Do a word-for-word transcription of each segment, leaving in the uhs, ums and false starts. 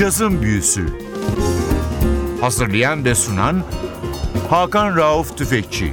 Cazın Büyüsü. Hazırlayan ve sunan Hakan Rauf Tüfekçi.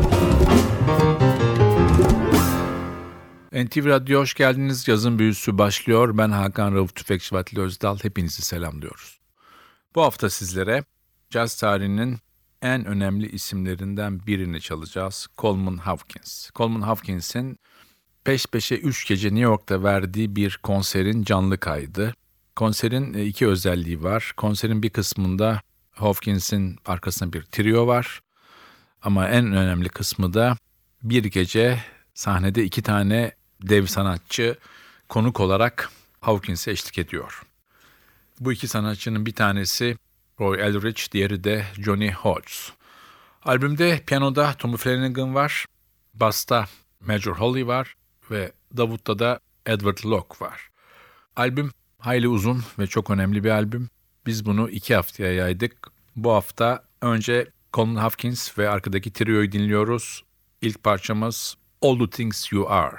N T V Radyo hoş geldiniz. Cazın Büyüsü başlıyor. Ben Hakan Rauf Tüfekçi ve Atilla Özdal. Hepinizi selamlıyoruz. Bu hafta sizlere caz tarihinin en önemli isimlerinden birini çalacağız. Coleman Hawkins. Coleman Hawkins'in peş peşe üç gece New York'ta verdiği bir konserin canlı kaydı. Konserin iki özelliği var. Konserin bir kısmında Hawkins'in arkasında bir trio var. Ama en önemli kısmı da bir gece sahnede iki tane dev sanatçı konuk olarak Hawkins'e eşlik ediyor. Bu iki sanatçının bir tanesi Roy Eldridge, diğeri de Johnny Hodges. Albümde piyanoda Tommy Flanagan var, basta Major Holly var ve davutta da Edward Locke var. Albüm hayli uzun ve çok önemli bir albüm. Biz bunu iki haftaya yaydık. Bu hafta önce Coleman Hawkins ve arkadaki trioyu dinliyoruz. İlk parçamız All the Things You Are.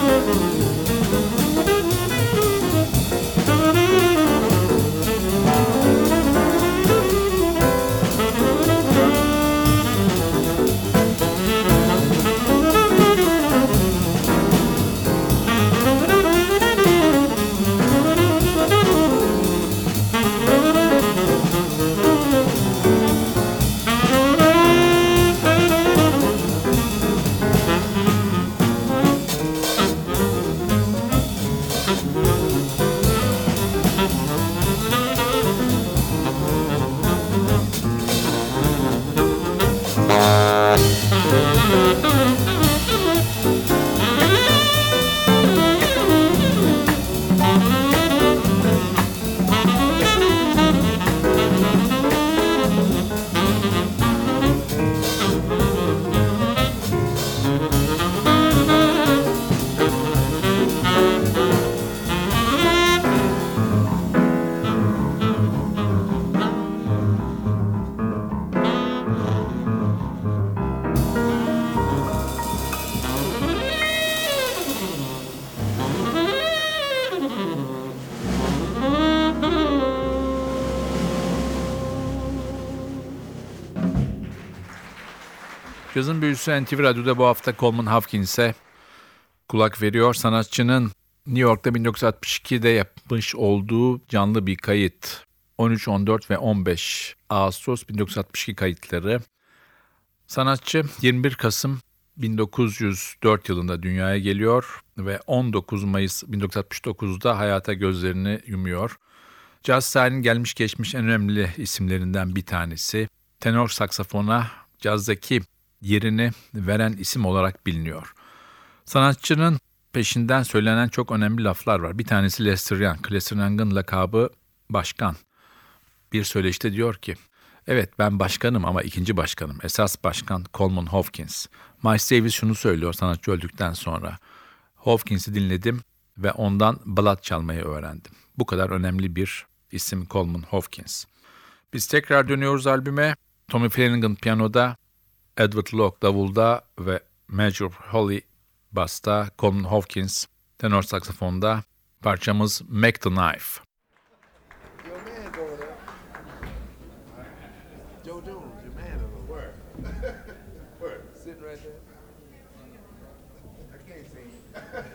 Cazın büyüsü N T V Radyo'da bu hafta Coleman Hawkins'e kulak veriyor. Sanatçının New York'ta bin dokuz yüz altmış ikide yapmış olduğu canlı bir kayıt. on üç, on dört ve on beş Ağustos bin dokuz yüz altmış iki kayıtları. Sanatçı yirmi bir Kasım bin dokuz yüz dört yılında dünyaya geliyor ve on dokuz Mayıs bin dokuz yüz altmış dokuzda hayata gözlerini yumuyor. Caz tarihinin gelmiş geçmiş en önemli isimlerinden bir tanesi. Tenor saksafona cazdaki yerini veren isim olarak biliniyor. Sanatçının peşinden söylenen çok önemli laflar var. Bir tanesi Lester Young. Lester Young'ın lakabı başkan. Bir söyleşte diyor ki, evet ben başkanım ama ikinci başkanım. Esas başkan Coleman Hawkins. Miles Davis şunu söylüyor sanatçı öldükten sonra. Hawkins'i dinledim ve ondan ballad çalmayı öğrendim. Bu kadar önemli bir isim Coleman Hawkins. Biz tekrar dönüyoruz albüme. Tommy Flanagan piyanoda, Edward Locke davulda ve Major Holly basta, Coleman Hawkins tenor saksafonda. Parçamız Make the Knife. Your man's over there. Joe Jones, your man over there. Where? Where? Sitting right there. I can't see him.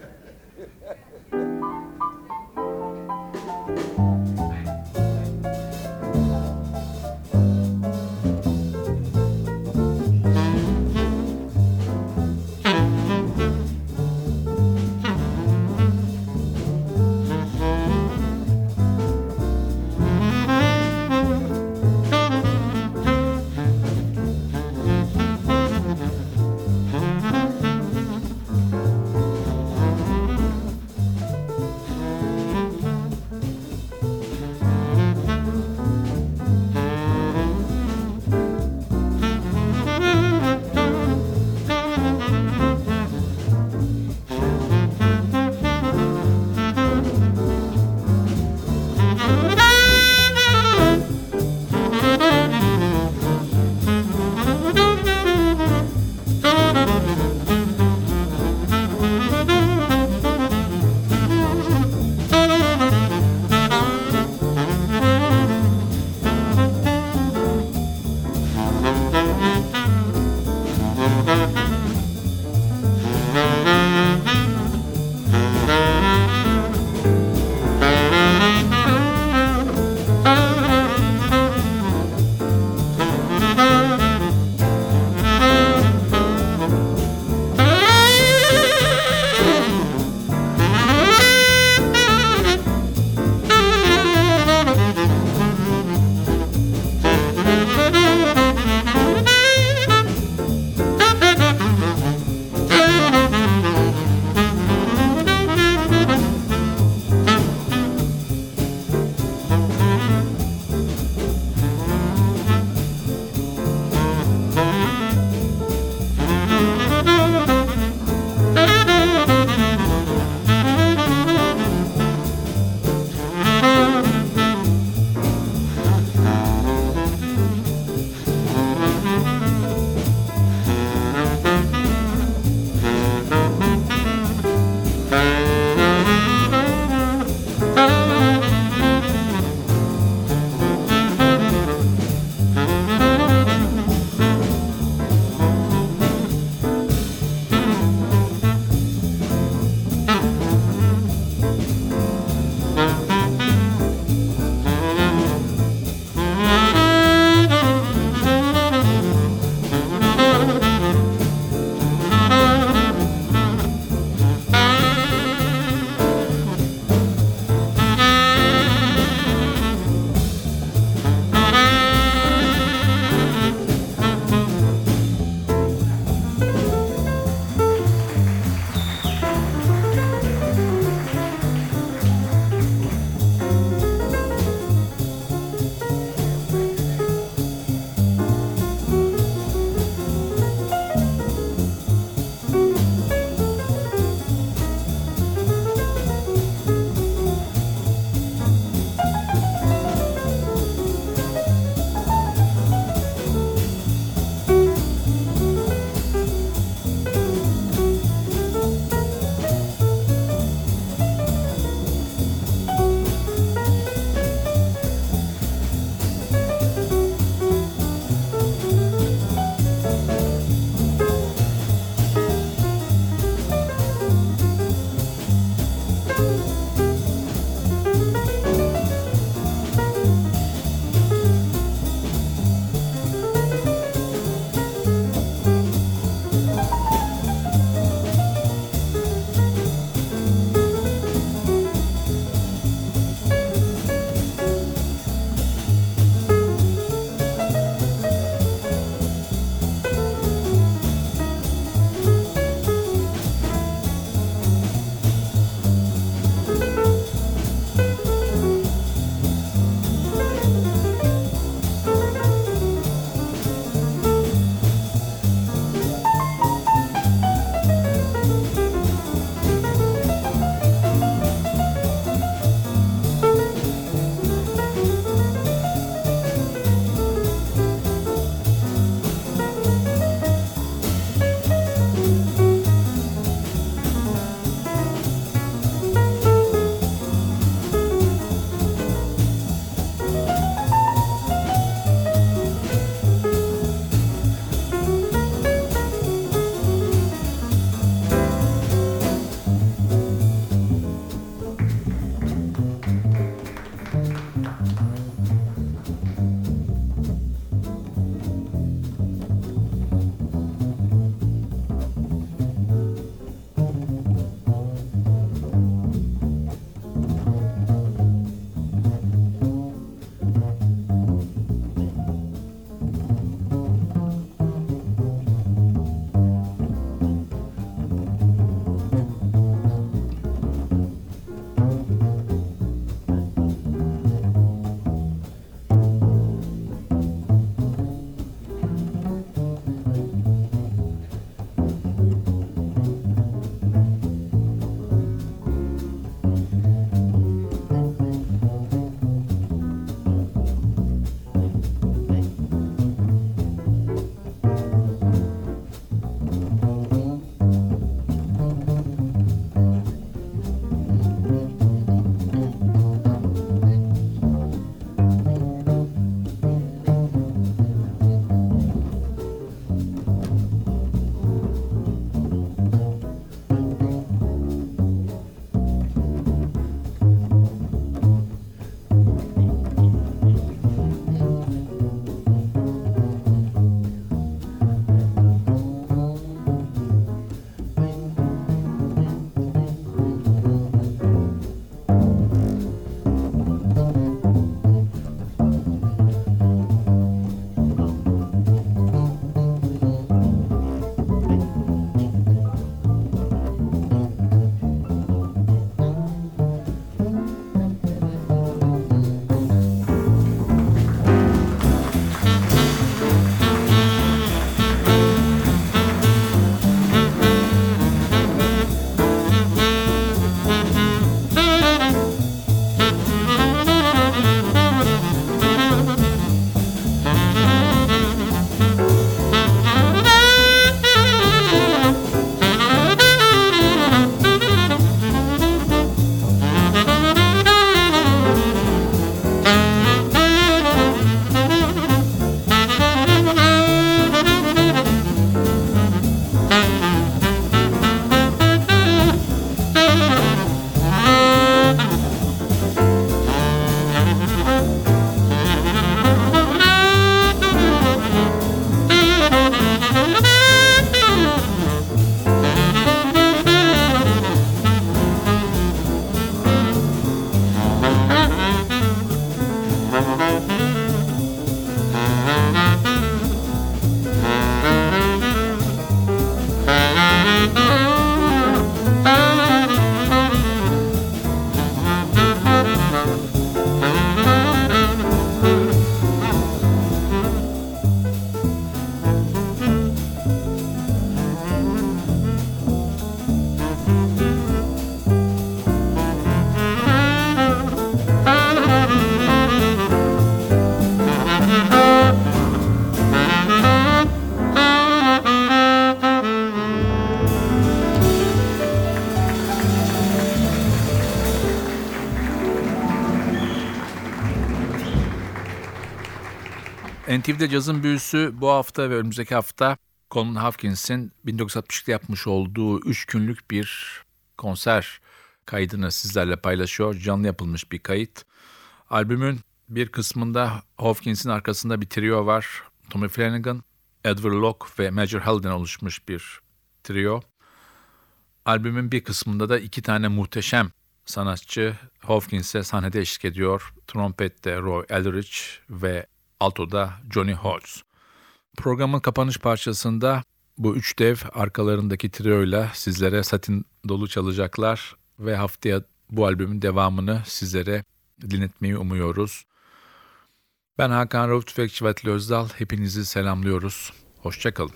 N T V'de Cazın Büyüsü bu hafta ve önümüzdeki hafta Coleman Hawkins'in bin dokuz yüz altmış ikide yapmış olduğu üç günlük bir konser kaydını sizlerle paylaşıyor. Canlı yapılmış bir kayıt. Albümün bir kısmında Hawkins'in arkasında bir trio var. Tommy Flanagan, Edward Locke ve Major Haldane oluşmuş bir trio. Albümün bir kısmında da iki tane muhteşem sanatçı Hawkins'e sahnede eşlik ediyor. Trompette Roy Eldridge ve altoda Johnny Hodges. Programın kapanış parçasında bu üç dev arkalarındaki trioyla sizlere satin dolu çalacaklar ve haftaya bu albümün devamını sizlere dinletmeyi umuyoruz. Ben Hakan Rauf Tüfekçi ve Atilla Özdal. Hepinizi selamlıyoruz. Hoşça kalın.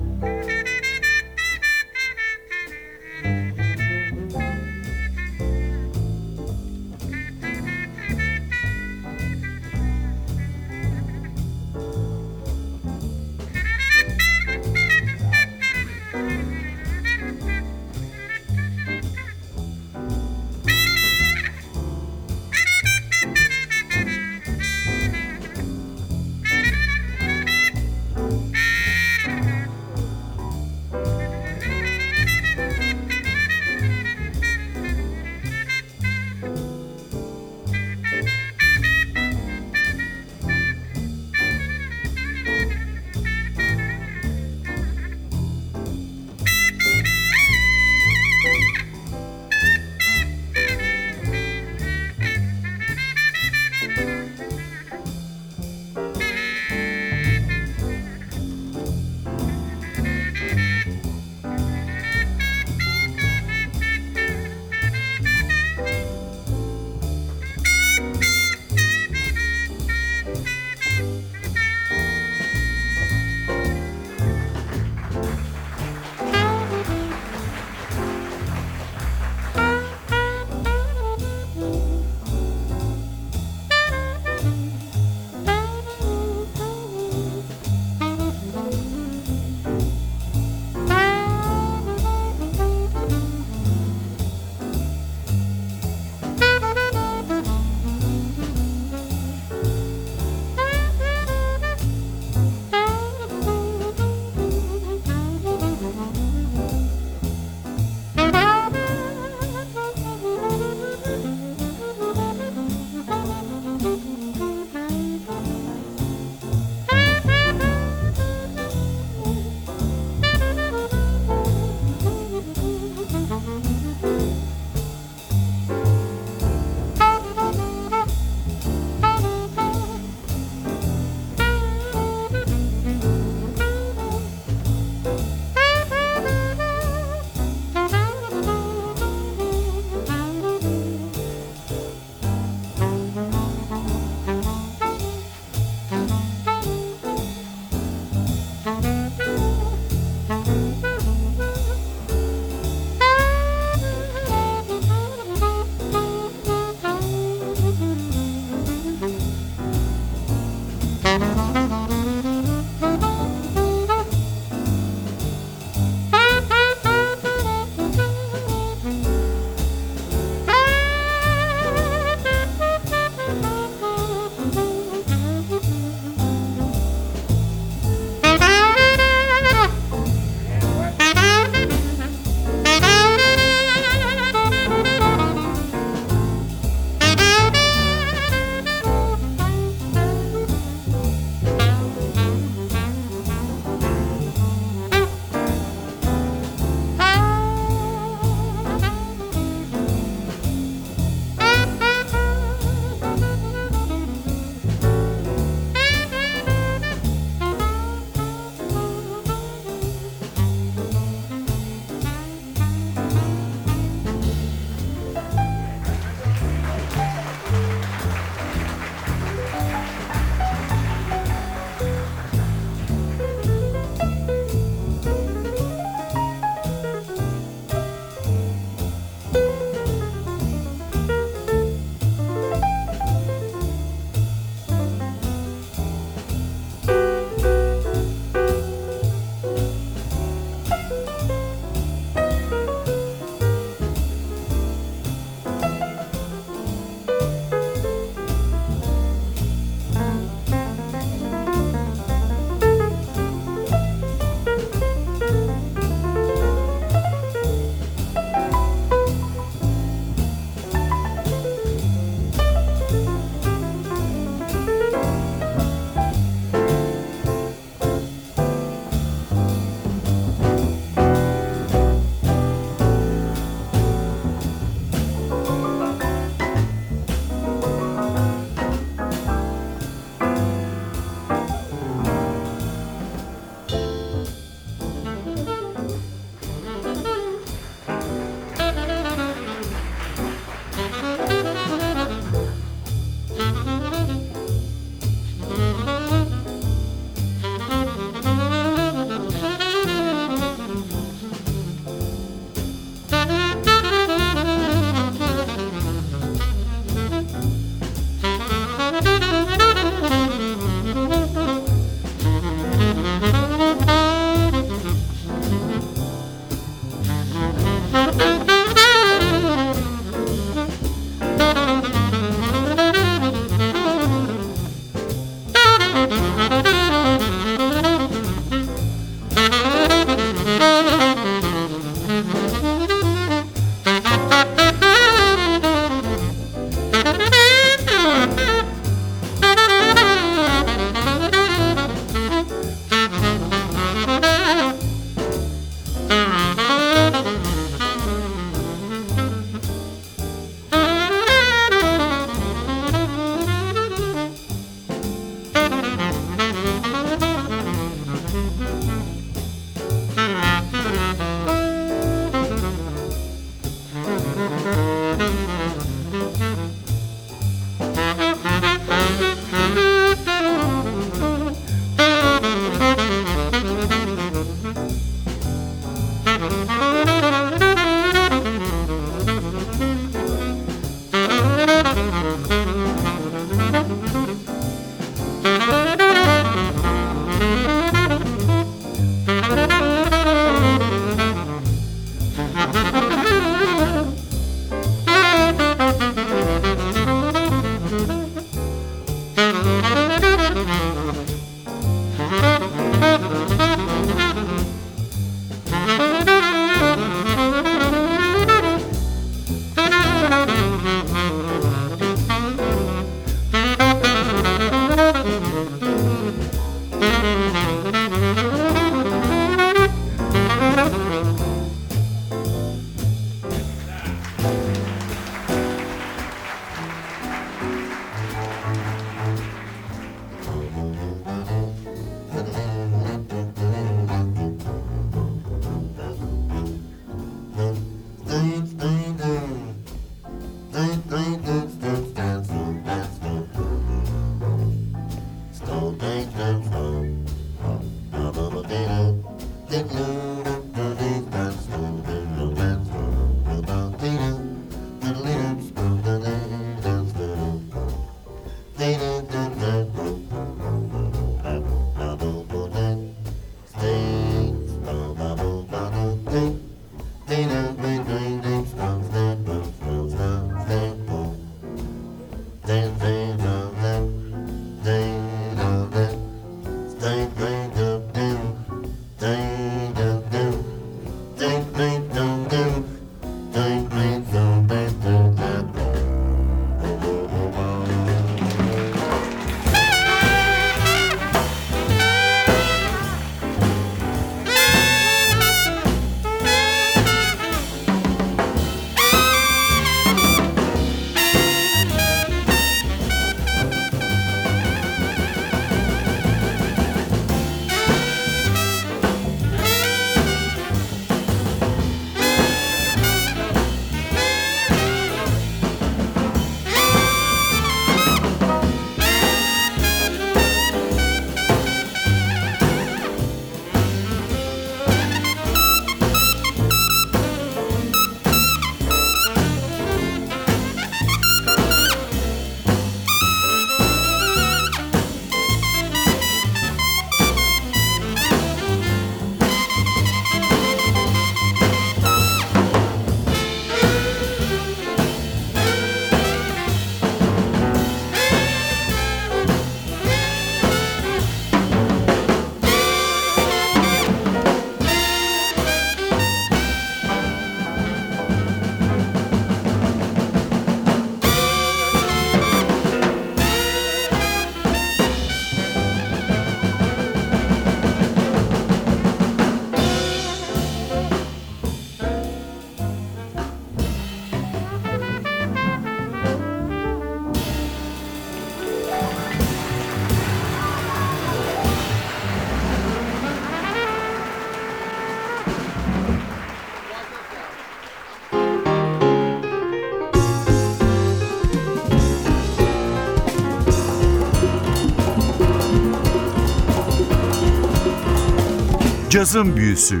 Cazın Büyüsü.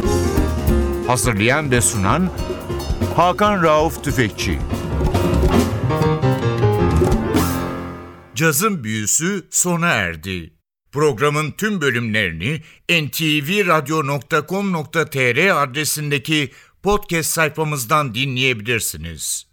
Hazırlayan ve sunan Hakan Rauf Tüfekçi. Cazın Büyüsü sona erdi. Programın tüm bölümlerini en te ve radyo nokta com nokta te er adresindeki podcast sayfamızdan dinleyebilirsiniz.